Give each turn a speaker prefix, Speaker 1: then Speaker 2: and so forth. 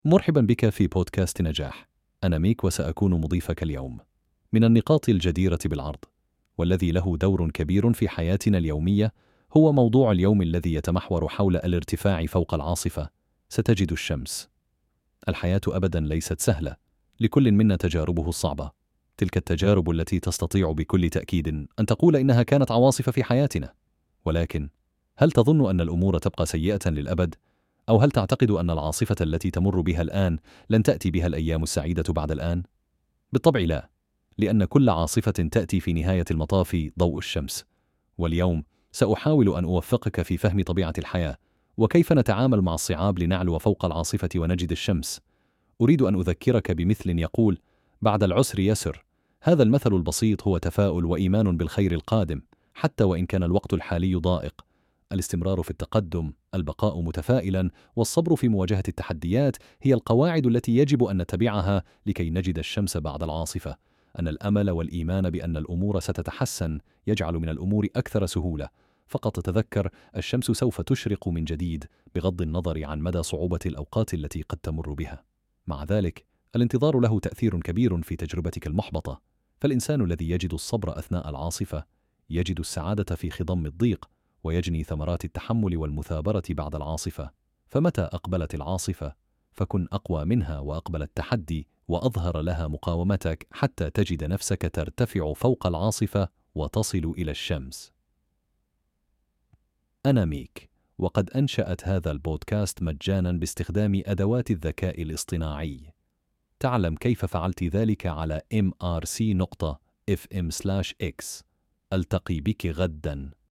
Speaker 1: مرحبا بك في بودكاست نجاح. أنا ميك وسأكون مضيفك اليوم. من النقاط الجديرة بالعرض والذي له دور كبير في حياتنا اليومية هو موضوع اليوم الذي يتمحور حول الارتفاع فوق العاصفة. ستجد الشمس. الحياة أبدا ليست سهلة، لكل منا تجاربه الصعبة، تلك التجارب التي تستطيع بكل تأكيد أن تقول إنها كانت عواصف في حياتنا. ولكن هل تظن أن الأمور تبقى سيئة للأبد؟ أو هل تعتقد أن العاصفة التي تمر بها الآن لن تأتي بها الأيام السعيدة بعد الآن؟ بالطبع لا، لأن كل عاصفة تأتي في نهاية المطاف ضوء الشمس. واليوم سأحاول أن أوفقك في فهم طبيعة الحياة وكيف نتعامل مع الصعاب لنعلو فوق العاصفة ونجد الشمس. أريد أن أذكرك بمثل يقول: بعد العسر يسر. هذا المثل البسيط هو تفاؤل وإيمان بالخير القادم، حتى وإن كان الوقت الحالي ضائق. الاستمرار في التقدم، البقاء متفائلا، والصبر في مواجهة التحديات هي القواعد التي يجب أن نتبعها لكي نجد الشمس بعد العاصفة. أن الأمل والإيمان بأن الأمور ستتحسن يجعل من الأمور أكثر سهولة. فقط تذكر، الشمس سوف تشرق من جديد بغض النظر عن مدى صعوبة الأوقات التي قد تمر بها. مع ذلك، الانتظار له تأثير كبير في تجربتك المحبطة. فالإنسان الذي يجد الصبر أثناء العاصفة يجد السعادة في خضم الضيق، ويجني ثمرات التحمل والمثابرة بعد العاصفة. فمتى أقبلت العاصفة فكن أقوى منها وأقبل التحدي وأظهر لها مقاومتك حتى تجد نفسك ترتفع فوق العاصفة وتصل إلى الشمس. أنا ميك، وقد أنشأت هذا البودكاست مجانا باستخدام أدوات الذكاء الاصطناعي. تعلم كيف فعلت ذلك على mrc.fm/x. ألتقي بك غدا.